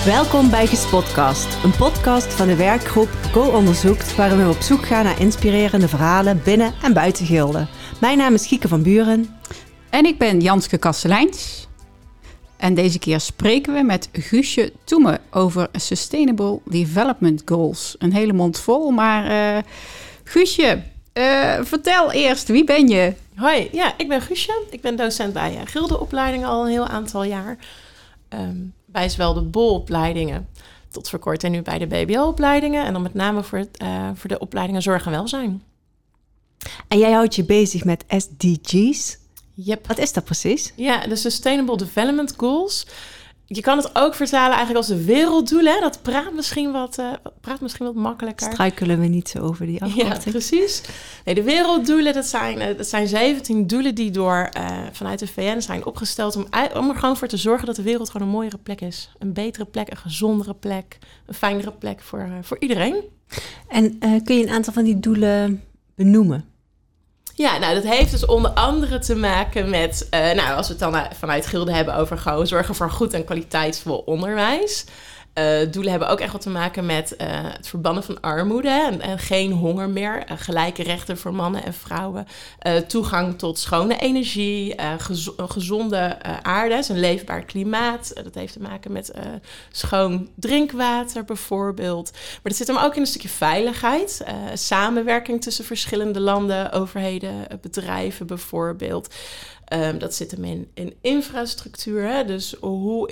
Welkom bij Gespotcast, een podcast van de werkgroep Go Onderzoekt, waarin we op zoek gaan naar inspirerende verhalen binnen en buiten Gilde. Mijn naam is Gieke van Buren. En ik ben Janske Kastelijns. En deze keer spreken we met Guusje Toeme over Sustainable Development Goals. Een hele mond vol, maar Guusje, vertel eerst, wie ben je? Hoi, ja, ik ben Guusje. Ik ben docent bij Gildeopleidingen al een heel aantal jaar. Bij zowel de BOL-opleidingen tot voor kort en nu bij de BBL-opleidingen. En dan met name voor de opleidingen Zorg en Welzijn. En jij houdt je bezig met SDG's. Yep. Wat is dat precies? Ja, de Sustainable Development Goals. Je kan het ook vertalen eigenlijk als de werelddoelen. Dat praat misschien wat makkelijker. Struikelen we niet zo over die afkorting? Ja, precies. Nee, de werelddoelen, dat zijn 17 doelen die vanuit de VN zijn opgesteld om er gewoon voor te zorgen dat de wereld gewoon een mooiere plek is. Een betere plek, een gezondere plek, een fijnere plek voor iedereen. En kun je een aantal van die doelen benoemen? Ja, nou, dat heeft dus onder andere te maken met, als we het dan vanuit Gilde hebben over gewoon zorgen voor goed en kwaliteitsvol onderwijs. Doelen hebben ook echt wat te maken met het verbannen van armoede en geen honger meer. Gelijke rechten voor mannen en vrouwen. Toegang tot schone energie, een gezonde aarde, dus een leefbaar klimaat. Dat heeft te maken met schoon drinkwater bijvoorbeeld. Maar dat zit hem ook in een stukje veiligheid. Samenwerking tussen verschillende landen, overheden, bedrijven bijvoorbeeld. Dat zit hem in infrastructuur. Hè? Dus hoe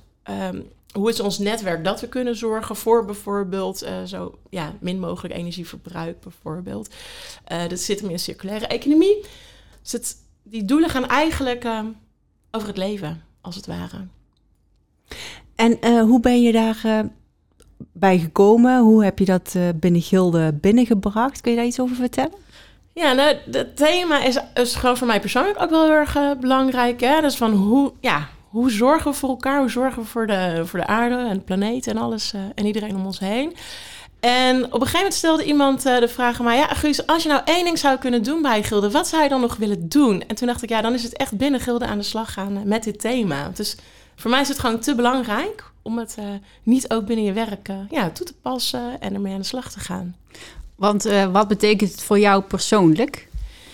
is ons netwerk dat we kunnen zorgen voor bijvoorbeeld min mogelijk energieverbruik bijvoorbeeld. Dat zit hem in circulaire economie. Dus die doelen gaan eigenlijk over het leven, als het ware. En hoe ben je daar bij gekomen? Hoe heb je dat binnen Gilde binnengebracht? Kun je daar iets over vertellen? Ja, nou, het thema is gewoon voor mij persoonlijk ook wel heel erg belangrijk. Hè? Dus van hoe zorgen we voor elkaar? Hoe zorgen we voor de aarde en de planeet en alles en iedereen om ons heen? En op een gegeven moment stelde iemand de vraag aan mij: ja, Guus, als je nou één ding zou kunnen doen bij Gilde, wat zou je dan nog willen doen? En toen dacht ik, ja, dan is het echt binnen Gilde aan de slag gaan met dit thema. Dus voor mij is het gewoon te belangrijk om het niet ook binnen je werk toe te passen en ermee aan de slag te gaan. Want wat betekent het voor jou persoonlijk?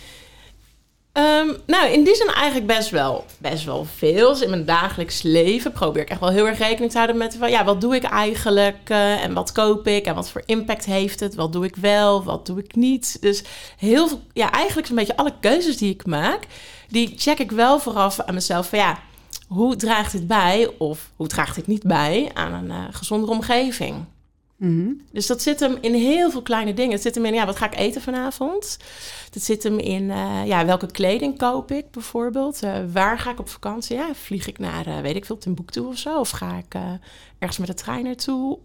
In die zin eigenlijk best wel veel. Dus in mijn dagelijks leven probeer ik echt wel heel erg rekening te houden met wat doe ik eigenlijk en wat koop ik en wat voor impact heeft het? Wat doe ik wel, wat doe ik niet? Dus heel veel, eigenlijk zo'n beetje alle keuzes die ik maak, die check ik wel vooraf aan mezelf van hoe draagt dit bij of hoe draagt dit niet bij aan een gezondere omgeving? Mm-hmm. Dus dat zit hem in heel veel kleine dingen. Het zit hem in, wat ga ik eten vanavond? Het zit hem in, welke kleding koop ik bijvoorbeeld? Waar ga ik op vakantie? Ja, vlieg ik naar, Timbuktu of zo? Of ga ik ergens met de trein naartoe?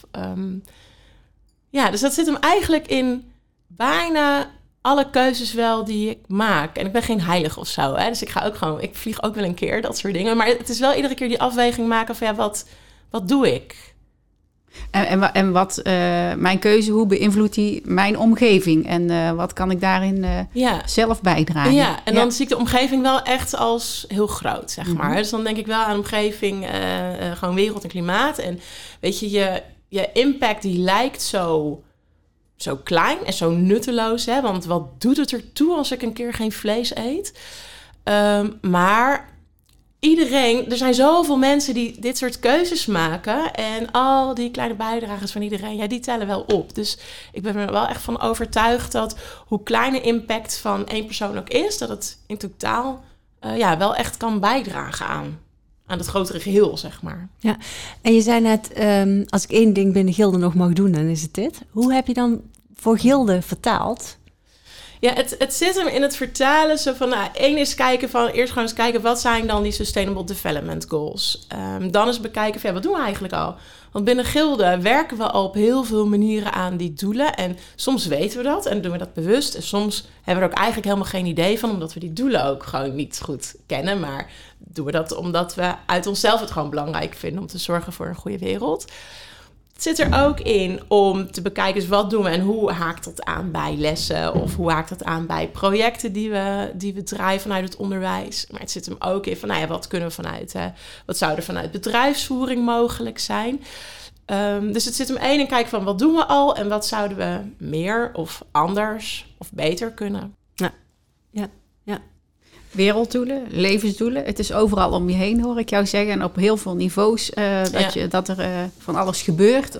Dus dat zit hem eigenlijk in bijna alle keuzes wel die ik maak. En ik ben geen heilige of zo. Hè? Dus ik vlieg ook wel een keer, dat soort dingen. Maar het is wel iedere keer die afweging maken van, wat doe ik? En wat mijn keuze, hoe beïnvloedt die mijn omgeving? En wat kan ik daarin zelf bijdragen? Ja, en dan zie ik de omgeving wel echt als heel groot, zeg maar. Mm-hmm. Dus dan denk ik wel aan omgeving, gewoon wereld en klimaat. En weet je impact die lijkt zo klein en zo nutteloos. Hè? Want wat doet het ertoe als ik een keer geen vlees eet? Maar er zijn zoveel mensen die dit soort keuzes maken. En al die kleine bijdragers van iedereen, die tellen wel op. Dus ik ben er wel echt van overtuigd dat hoe kleine impact van één persoon ook is, dat het in totaal wel echt kan bijdragen aan het grotere geheel, zeg maar. Ja, en je zei net, als ik één ding binnen Gilde nog mag doen, dan is het dit. Hoe heb je dan voor Gilde vertaald? Ja, het zit hem in het vertalen. Zo van, eerst gewoon eens kijken, wat zijn dan die Sustainable Development Goals? Dan eens bekijken, wat doen we eigenlijk al? Want binnen Gilde werken we al op heel veel manieren aan die doelen. En soms weten we dat en doen we dat bewust. En soms hebben we er ook eigenlijk helemaal geen idee van, omdat we die doelen ook gewoon niet goed kennen. Maar doen we dat omdat we uit onszelf het gewoon belangrijk vinden om te zorgen voor een goede wereld. Het zit er ook in om te bekijken, dus wat doen we en hoe haakt dat aan bij lessen of hoe haakt dat aan bij projecten die we draaien vanuit het onderwijs. Maar het zit hem ook in van, wat kunnen we wat zou er vanuit bedrijfsvoering mogelijk zijn? Dus het zit hem één in kijken van wat doen we al en wat zouden we meer of anders of beter kunnen. Ja. Werelddoelen, levensdoelen. Het is overal om je heen, hoor ik jou zeggen. En op heel veel niveaus dat er van alles gebeurt.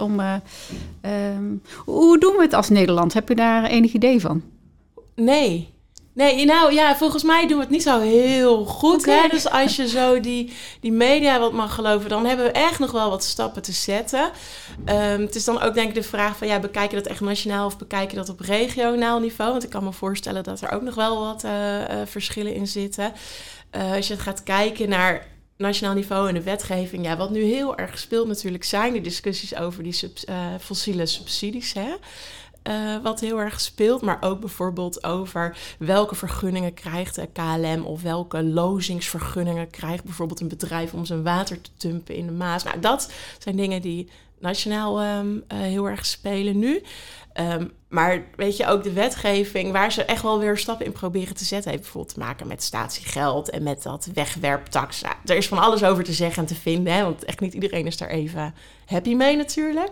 Hoe doen we het als Nederland? Heb je daar enig idee van? Nee, volgens mij doen we het niet zo heel goed. Okay. Hè? Dus als je zo die media wat mag geloven, dan hebben we echt nog wel wat stappen te zetten. Het is dan ook denk ik de vraag van, bekijk je dat echt nationaal of bekijk je dat op regionaal niveau? Want ik kan me voorstellen dat er ook nog wel wat verschillen in zitten. Als je gaat kijken naar nationaal niveau en de wetgeving, wat nu heel erg speelt natuurlijk zijn de discussies over die fossiele subsidies, hè? Wat heel erg speelt, maar ook bijvoorbeeld over welke vergunningen krijgt de KLM of welke lozingsvergunningen krijgt bijvoorbeeld een bedrijf om zijn water te dumpen in de Maas. Nou, dat zijn dingen die nationaal heel erg spelen nu. Maar weet je, ook de wetgeving waar ze echt wel weer stappen in proberen te zetten, heeft bijvoorbeeld te maken met statiegeld en met dat wegwerptax. Nou, er is van alles over te zeggen en te vinden, hè, want echt niet iedereen is daar even happy mee natuurlijk.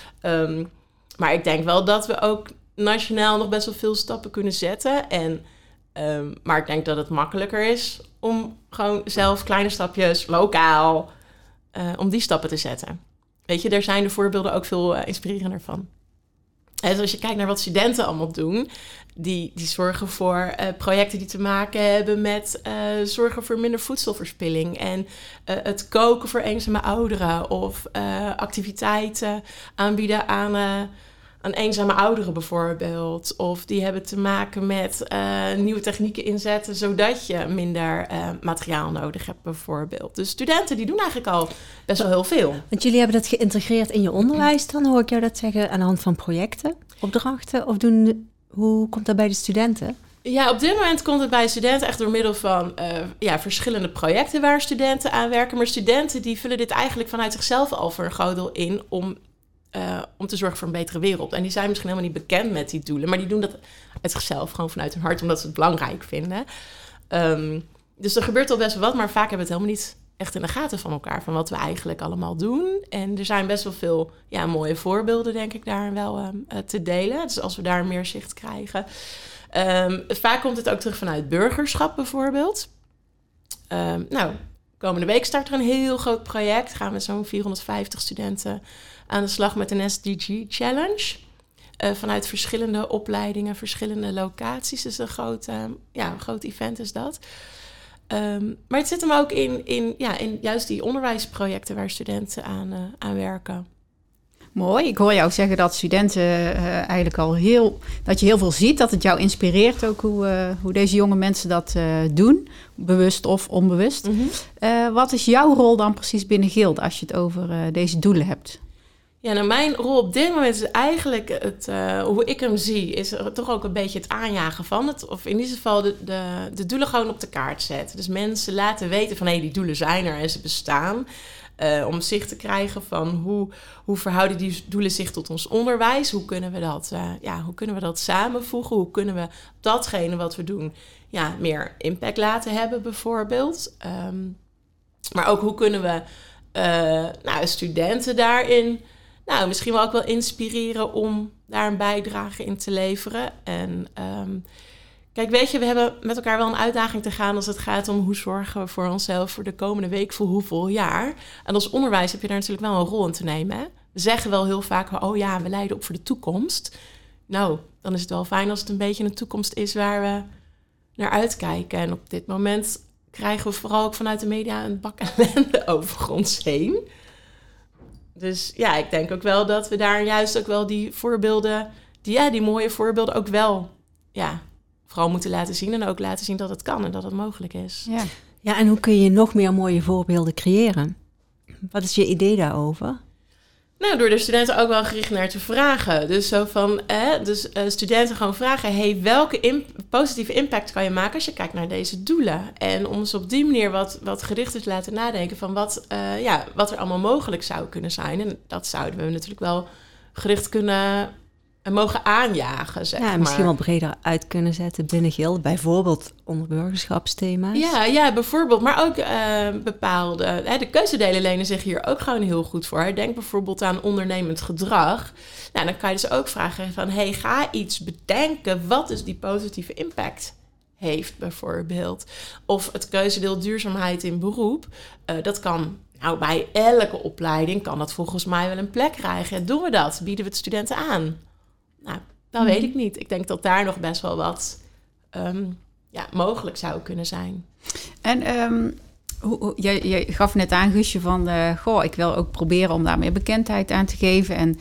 Maar ik denk wel dat we ook nationaal nog best wel veel stappen kunnen zetten. Maar ik denk dat het makkelijker is om gewoon zelf kleine stapjes, lokaal, om die stappen te zetten. Weet je, daar zijn de voorbeelden ook veel inspirerender van. Dus als je kijkt naar wat studenten allemaal doen, die zorgen voor projecten die te maken hebben met zorgen voor minder voedselverspilling en het koken voor eenzame ouderen of activiteiten aanbieden aan eenzame ouderen bijvoorbeeld. Of die hebben te maken met nieuwe technieken inzetten, zodat je minder materiaal nodig hebt bijvoorbeeld. Dus studenten die doen eigenlijk al best wel heel veel. Want jullie hebben dat geïntegreerd in je onderwijs dan, hoor ik jou dat zeggen, aan de hand van projecten, opdrachten? Of hoe komt dat bij de studenten? Ja, op dit moment komt het bij studenten echt door middel van verschillende projecten waar studenten aan werken. Maar studenten die vullen dit eigenlijk vanuit zichzelf al voor een groot deel in om te zorgen voor een betere wereld. En die zijn misschien helemaal niet bekend met die doelen, maar die doen dat uit zichzelf, gewoon vanuit hun hart, omdat ze het belangrijk vinden. Dus er gebeurt al best wel wat, maar vaak hebben we het helemaal niet echt in de gaten van elkaar, van wat we eigenlijk allemaal doen. En er zijn best wel veel mooie voorbeelden, denk ik, daar wel te delen. Dus als we daar meer zicht krijgen. Vaak komt het ook terug vanuit burgerschap bijvoorbeeld. Komende week start er een heel groot project. Gaan we met zo'n 450 studenten aan de slag met een SDG Challenge. Vanuit verschillende opleidingen, verschillende locaties. Dus een groot event is dat. Maar het zit hem ook in juist die onderwijsprojecten waar studenten aan werken. Mooi. Ik hoor jou zeggen dat studenten eigenlijk al dat je heel veel ziet, dat het jou inspireert ook hoe deze jonge mensen dat doen, bewust of onbewust. Mm-hmm. Wat is jouw rol dan precies binnen Gilde als je het over deze doelen hebt? Ja, nou mijn rol op dit moment is eigenlijk hoe ik hem zie, is toch ook een beetje het aanjagen van het, of in ieder geval de doelen gewoon op de kaart zetten. Dus mensen laten weten van die doelen zijn er en ze bestaan. Om zicht te krijgen van hoe verhouden die doelen zich tot ons onderwijs? Hoe kunnen we dat samenvoegen? Hoe kunnen we datgene wat we doen meer impact laten hebben bijvoorbeeld? Maar ook hoe kunnen we studenten daarin misschien wel ook wel inspireren om daar een bijdrage in te leveren. En kijk, weet je, we hebben met elkaar wel een uitdaging te gaan als het gaat om hoe zorgen we voor onszelf voor de komende week, voor hoeveel jaar. En als onderwijs heb je daar natuurlijk wel een rol in te nemen. Hè? We zeggen wel heel vaak, we leiden op voor de toekomst. Nou, dan is het wel fijn als het een beetje een toekomst is waar we naar uitkijken. En op dit moment krijgen we vooral ook vanuit de media een bak ellende over ons heen. Dus ik denk ook wel dat we daar juist ook wel die voorbeelden, die mooie voorbeelden ook wel, vooral moeten laten zien. En ook laten zien dat het kan en dat het mogelijk is. Ja, en hoe kun je nog meer mooie voorbeelden creëren? Wat is je idee daarover? Nou, door de studenten ook wel gericht naar te vragen. Dus zo van, studenten gewoon vragen, hey, welke positieve impact kan je maken als je kijkt naar deze doelen? En om ze op die manier wat gerichter te laten nadenken van wat er allemaal mogelijk zou kunnen zijn. En dat zouden we natuurlijk wel gericht kunnen en mogen aanjagen, zeg maar. Misschien wel breder uit kunnen zetten binnen gilde. Bijvoorbeeld onder burgerschapsthema's. Ja, bijvoorbeeld. Maar ook bepaalde... de keuzedelen lenen zich hier ook gewoon heel goed voor. Denk bijvoorbeeld aan ondernemend gedrag. Nou, dan kan je dus ook vragen van... hey, ga iets bedenken wat dus die positieve impact heeft, bijvoorbeeld. Of het keuzedeel duurzaamheid in beroep. Dat kan... Nou, bij elke opleiding kan dat volgens mij wel een plek krijgen. Doen we dat? Bieden we het studenten aan? Nou, dat weet ik niet. Ik denk dat daar nog best wel wat mogelijk zou kunnen zijn. En je gaf net aan, Guusje, van... ik wil ook proberen om daar meer bekendheid aan te geven. En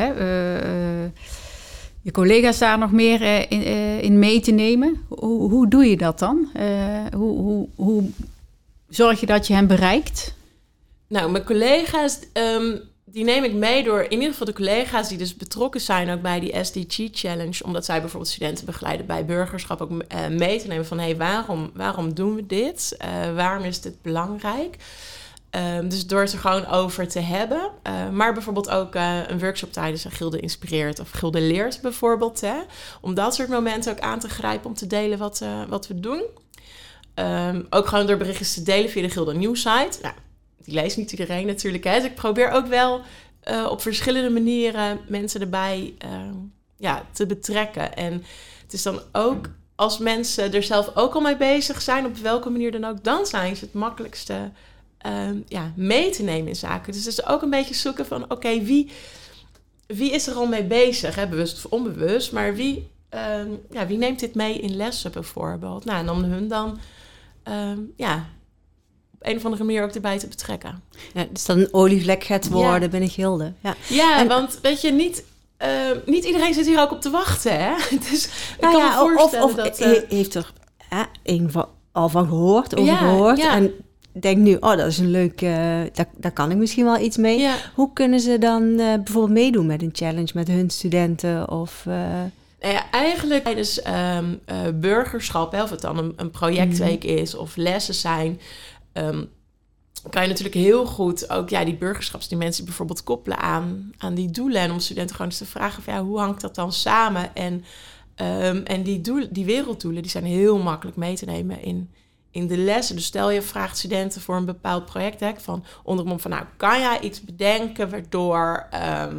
je collega's daar nog meer in mee te nemen. Hoe doe je dat dan? Hoe zorg je dat je hen bereikt? Nou, mijn collega's... die neem ik mee door in ieder geval de collega's die dus betrokken zijn ook bij die SDG Challenge, omdat zij bijvoorbeeld studenten begeleiden bij burgerschap, ook mee te nemen van hey, waarom doen we dit? Waarom is dit belangrijk? Dus door het er gewoon over te hebben. Maar bijvoorbeeld ook een workshop tijdens een Gilde Inspireert of Gilde Leert bijvoorbeeld. Om dat soort momenten ook aan te grijpen om te delen wat we doen. Ook gewoon door berichtjes te delen via de Gilde Nieuwsite. Nou, die leest niet iedereen natuurlijk. Dus ik probeer ook wel op verschillende manieren mensen erbij te betrekken. En het is dan ook, als mensen er zelf ook al mee bezig zijn, op welke manier dan ook, dan zijn ze het makkelijkste mee te nemen in zaken. Dus het is ook een beetje zoeken van, oké, wie is er al mee bezig? Hè? Bewust of onbewust, maar wie neemt dit mee in lessen bijvoorbeeld? Nou, en om hun dan op een of andere manier ook erbij te betrekken. Ja, dus dat een olievlek gaat worden binnen gilde. Want weet je, niet iedereen zit hier ook op te wachten, hè? Dus ik kan me voorstellen dat... heeft er al van gehoord, gehoord. Ja. En denk nu, dat is een leuk... daar kan ik misschien wel iets mee. Ja. Hoe kunnen ze dan bijvoorbeeld meedoen met een challenge met hun studenten of... eigenlijk tijdens burgerschap, of het dan een projectweek is of lessen zijn... kan je natuurlijk heel goed ook die burgerschapsdimensie bijvoorbeeld koppelen aan die doelen. En om studenten gewoon eens te vragen van hoe hangt dat dan samen? En die werelddoelen die zijn heel makkelijk mee te nemen in de lessen. Dus stel je vraagt studenten voor een bepaald project van onderom van kan jij iets bedenken waardoor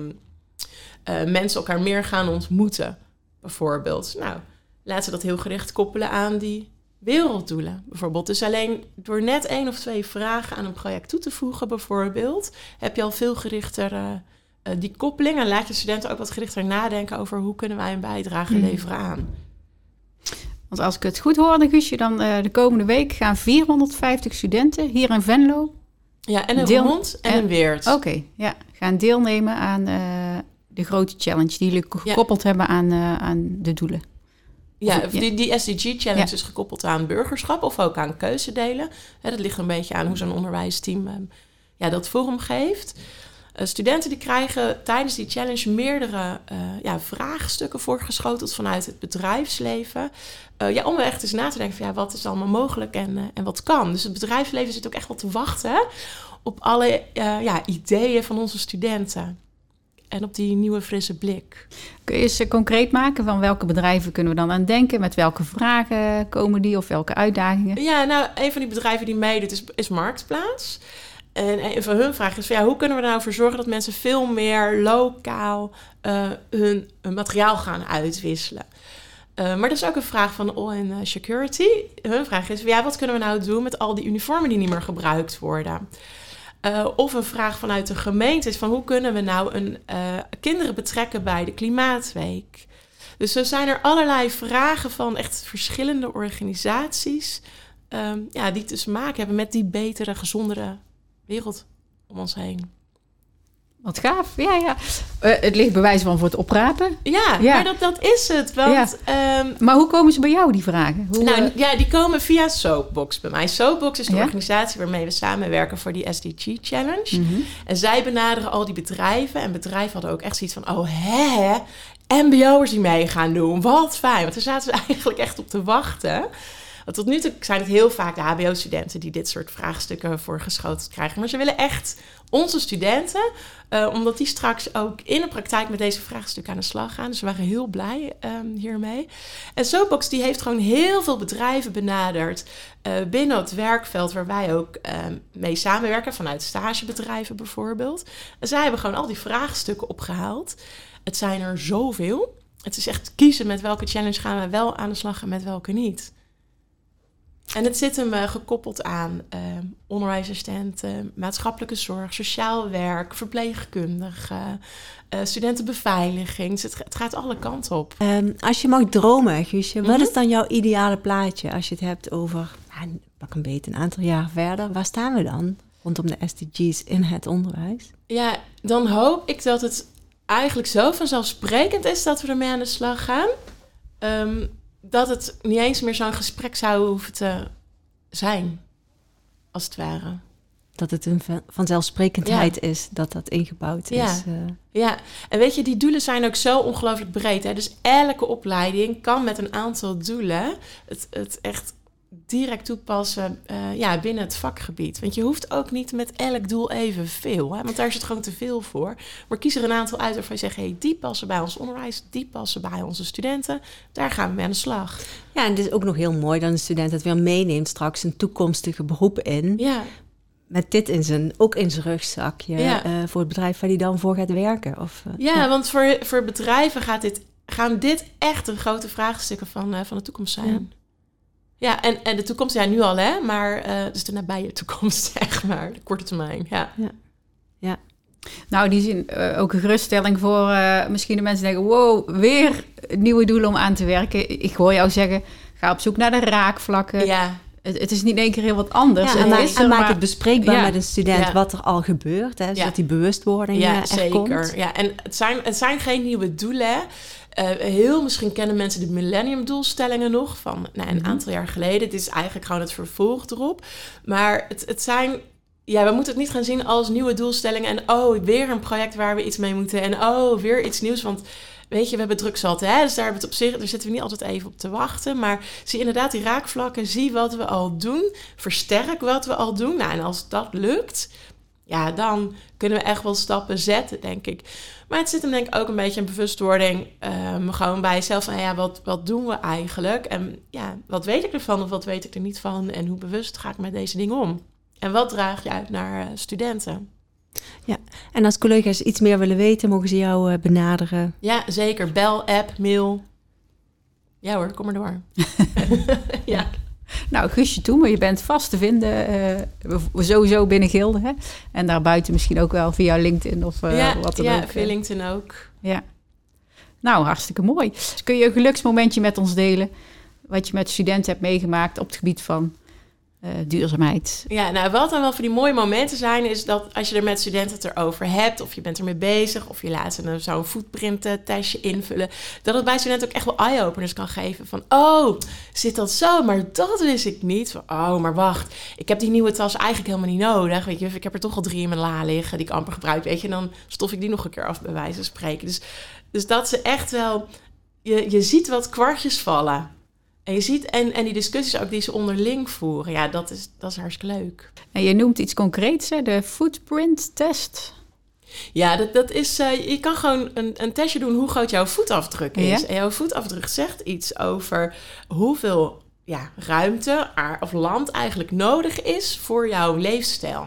mensen elkaar meer gaan ontmoeten? Bijvoorbeeld. Nou, laten we dat heel gericht koppelen aan die werelddoelen. Bijvoorbeeld. Dus alleen door net 1 of 2 vragen aan een project toe te voegen, bijvoorbeeld, heb je al veel gerichter die koppeling. En laat je studenten ook wat gerichter nadenken over hoe kunnen wij een bijdrage leveren aan. Want als ik het goed hoorde, Guusje, dan de komende week gaan 450 studenten hier in Venlo. Ja, en een Roermond en een Weert. Oké, gaan deelnemen aan de grote challenge die jullie gekoppeld hebben aan de doelen. Ja, die SDG Challenge is gekoppeld aan burgerschap of ook aan keuzedelen. Dat ligt een beetje aan hoe zo'n onderwijsteam dat vormgeeft. Studenten die krijgen tijdens die challenge meerdere vraagstukken voorgeschoteld vanuit het bedrijfsleven. Om echt eens na te denken van wat is allemaal mogelijk en wat kan. Dus het bedrijfsleven zit ook echt wel te wachten op alle ideeën van onze studenten. En op die nieuwe frisse blik. Kun je eens concreet maken van welke bedrijven kunnen we dan aan denken? Met welke vragen komen die of welke uitdagingen? Ja, nou, een van die bedrijven die meedoet is Marktplaats. En een van hun vragen is hoe kunnen we er nou voor zorgen dat mensen veel meer lokaal hun materiaal gaan uitwisselen? Maar dat is ook een vraag van All-in Security. Hun vraag is, wat kunnen we nou doen met al die uniformen die niet meer gebruikt worden? Of een vraag vanuit de gemeente is van hoe kunnen we nou kinderen betrekken bij de Klimaatweek? Dus zo zijn er allerlei vragen van echt verschillende organisaties die te maken hebben met die betere, gezondere wereld om ons heen. Wat gaaf, ja. Het ligt bij wijze van voor het oprapen. Ja. Maar dat is het. Want, maar hoe komen ze bij jou, die vragen? Die komen via Soapbox bij mij. Soapbox is de organisatie waarmee we samenwerken voor die SDG Challenge. Mm-hmm. En zij benaderen al die bedrijven. En bedrijven hadden ook echt zoiets van... MBO'ers die mee gaan doen. Wat fijn. Want daar zaten we eigenlijk echt op te wachten. Want tot nu toe zijn het heel vaak de HBO-studenten... die dit soort vraagstukken voorgeschoten krijgen. Maar ze willen echt onze studenten... omdat die straks ook in de praktijk met deze vraagstukken aan de slag gaan. Dus we waren heel blij hiermee. En Soapbox die heeft gewoon heel veel bedrijven benaderd... binnen het werkveld waar wij ook mee samenwerken... vanuit stagebedrijven bijvoorbeeld. En zij hebben gewoon al die vraagstukken opgehaald... Het zijn er zoveel. Het is echt kiezen met welke challenge gaan we wel aan de slag en met welke niet. En het zit hem gekoppeld aan onderwijsassistenten, maatschappelijke zorg, sociaal werk, verpleegkundigen, studentenbeveiliging. Dus het gaat alle kanten op. Als je mag dromen, Guusje, wat is dan jouw ideale plaatje als je het hebt over, pak een beetje een aantal jaar verder. Waar staan we dan rondom de SDG's in het onderwijs? Ja, dan hoop ik dat het eigenlijk zo vanzelfsprekend is dat we ermee aan de slag gaan. Dat het niet eens meer zo'n gesprek zou hoeven te zijn, als het ware. Dat het een vanzelfsprekendheid is, dat ingebouwd is. Ja, en weet je, die doelen zijn ook zo ongelooflijk breed. Hè? Dus elke opleiding kan met een aantal doelen het echt direct toepassen binnen het vakgebied. Want je hoeft ook niet met elk doel evenveel. Hè? Want daar is het gewoon te veel voor. Maar kies er een aantal uit waarvan je zegt... die passen bij ons onderwijs, die passen bij onze studenten. Daar gaan we mee aan de slag. Ja, en het is ook nog heel mooi dat een student het weer meeneemt... straks een toekomstige beroep in. Ja. Met dit ook in zijn rugzakje voor het bedrijf waar hij dan voor gaat werken. Want voor bedrijven gaan dit echt een grote vraagstukken van de toekomst zijn. Ja. Ja, en de toekomst, nu al, hè? Maar dus de nabije toekomst, zeg maar. De korte termijn, ja. Nou, die zin ook een geruststelling voor misschien de mensen denken... wow, weer nieuwe doelen om aan te werken. Ik hoor jou zeggen, ga op zoek naar de raakvlakken. Ja. Het is niet in één keer heel wat anders. En maak het bespreekbaar met een student wat er al gebeurt. Hè, zodat die bewustwording er komt. Ja, en het zijn geen nieuwe doelen. Misschien kennen mensen de millenniumdoelstellingen nog van een aantal jaar geleden. Het is eigenlijk gewoon het vervolg erop. Maar het zijn... Ja, we moeten het niet gaan zien als nieuwe doelstellingen. En weer een project waar we iets mee moeten. En weer iets nieuws. Want weet je, we hebben druk zat. Hè? Dus daar zitten we niet altijd even op te wachten. Maar zie inderdaad die raakvlakken. Zie wat we al doen. Versterk wat we al doen. Nou, en als dat lukt... Ja, dan kunnen we echt wel stappen zetten, denk ik. Maar het zit hem denk ik ook een beetje in bewustwording. Gewoon bij jezelf van, wat doen we eigenlijk? En wat weet ik ervan of wat weet ik er niet van? En hoe bewust ga ik met deze dingen om? En wat draag je uit naar studenten? Ja, en als collega's iets meer willen weten, mogen ze jou benaderen? Ja, zeker. Bel, app, mail. Ja hoor, kom maar door. Ja. Nou, Guusje Toemen, je bent vast te vinden. Sowieso binnen Gilde, hè? En daarbuiten misschien ook wel via LinkedIn of wat dan ook. Ja, via LinkedIn ook. Ja. Nou, hartstikke mooi. Dus kun je een geluksmomentje met ons delen... wat je met studenten hebt meegemaakt op het gebied van duurzaamheid? Ja, nou, wat dan wel voor die mooie momenten zijn... is dat als je er met studenten het erover hebt... of je bent ermee bezig... of je laat ze zo'n footprint-testje invullen... dat het bij studenten ook echt wel eye-openers kan geven. Van, zit dat zo? Maar dat wist ik niet. Van, maar wacht, ik heb die nieuwe tas eigenlijk helemaal niet nodig. Weet je, ik heb er toch al 3 in mijn la liggen... die ik amper gebruik, weet je. En dan stof ik die nog een keer af, bij wijze van spreken. Dus dat ze echt wel... Je ziet wat kwartjes vallen... En je ziet, en die discussies ook die ze onderling voeren, dat is hartstikke leuk. En je noemt iets concreets, hè? De footprint test. Ja, dat is, je kan gewoon een testje doen hoe groot jouw voetafdruk is. Ja? En jouw voetafdruk zegt iets over hoeveel ruimte of land eigenlijk nodig is voor jouw leefstijl.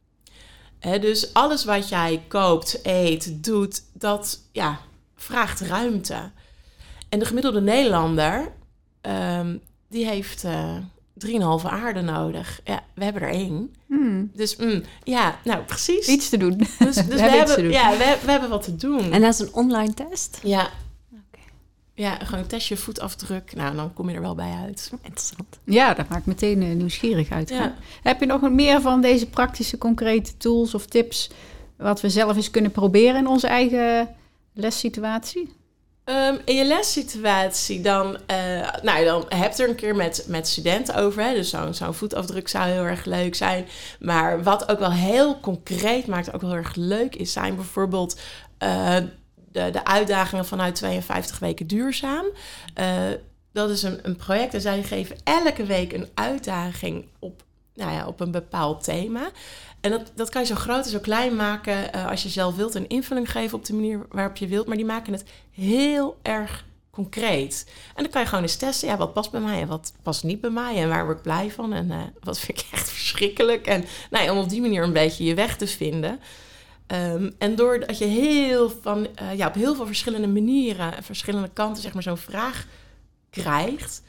Dus alles wat jij koopt, eet, doet, dat vraagt ruimte. En de gemiddelde Nederlander... die heeft 3,5 aarde nodig. Ja, we hebben er 1. Dus nou precies. Iets te doen. Dus we hebben wat te doen. En dat is een online test? Ja. Okay. Ja, gewoon test je voetafdruk. Nou, dan kom je er wel bij uit. Interessant. Ja, dat maakt meteen nieuwsgierig uit. Ja. Heb je nog meer van deze praktische, concrete tools of tips... wat we zelf eens kunnen proberen in onze eigen lessituatie? In je lessituatie, dan heb je er een keer met studenten over. Hè? Dus zo'n voetafdruk zou heel erg leuk zijn. Maar wat ook wel heel concreet maakt, ook wel heel erg leuk is, zijn bijvoorbeeld de uitdagingen vanuit 52 weken duurzaam. Dat is een project en zij geven elke week een uitdaging op een bepaald thema. En dat kan je zo groot en zo klein maken als je zelf wilt. Een invulling geven op de manier waarop je wilt. Maar die maken het heel erg concreet. En dan kan je gewoon eens testen. Wat past bij mij en wat past niet bij mij. En waar word ik blij van. En wat vind ik echt verschrikkelijk. En om op die manier een beetje je weg te vinden. En doordat je op heel veel verschillende manieren... verschillende kanten zeg maar zo'n vraag krijgt...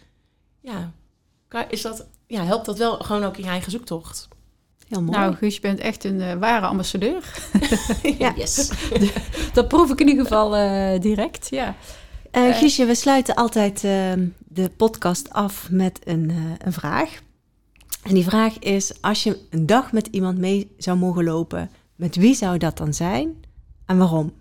helpt dat wel gewoon ook in je eigen zoektocht. Heel mooi. Nou, Guus, je bent echt een ware ambassadeur. Ja. Yes. Dat proef ik in ieder geval direct, ja. Guusje, we sluiten altijd de podcast af met een vraag. En die vraag is, als je een dag met iemand mee zou mogen lopen, met wie zou dat dan zijn en waarom?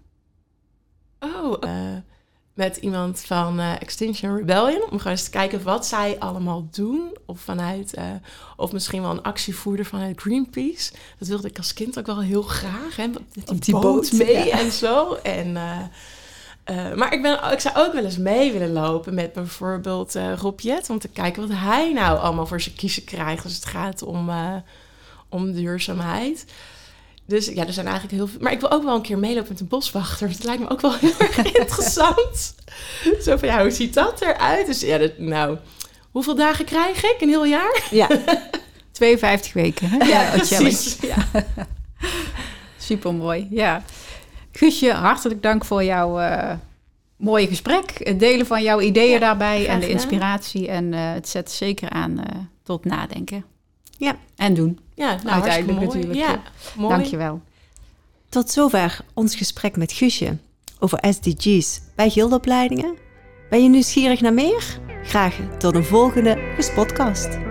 Met iemand van Extinction Rebellion. Om gewoon eens te kijken wat zij allemaal doen. Of misschien wel een actievoerder vanuit Greenpeace. Dat wilde ik als kind ook wel heel graag. Hè? Met die boot mee en zo. Maar ik zou ook wel eens mee willen lopen met bijvoorbeeld Rob Jet. Om te kijken wat hij nou allemaal voor zijn kiezen krijgt als het gaat om duurzaamheid. Dus er zijn eigenlijk heel veel... Maar ik wil ook wel een keer meelopen met een boswachter. Dat lijkt me ook wel heel erg interessant. Zo van, hoe ziet dat eruit? Dus hoeveel dagen krijg ik? Een heel jaar? Ja, 52 weken. Hè? Ja, precies. Ja. Supermooi, ja. Guusje, hartelijk dank voor jouw mooie gesprek. Het delen van jouw ideeën daarbij en de inspiratie. En het zet zeker aan tot nadenken. Ja. En doen. Ja, uiteindelijk mooi. Natuurlijk. Ja, mooi. Dankjewel. Tot zover ons gesprek met Guusje over SDG's bij Gildeopleidingen. Ben je nieuwsgierig naar meer? Graag tot een volgende Gespodcast.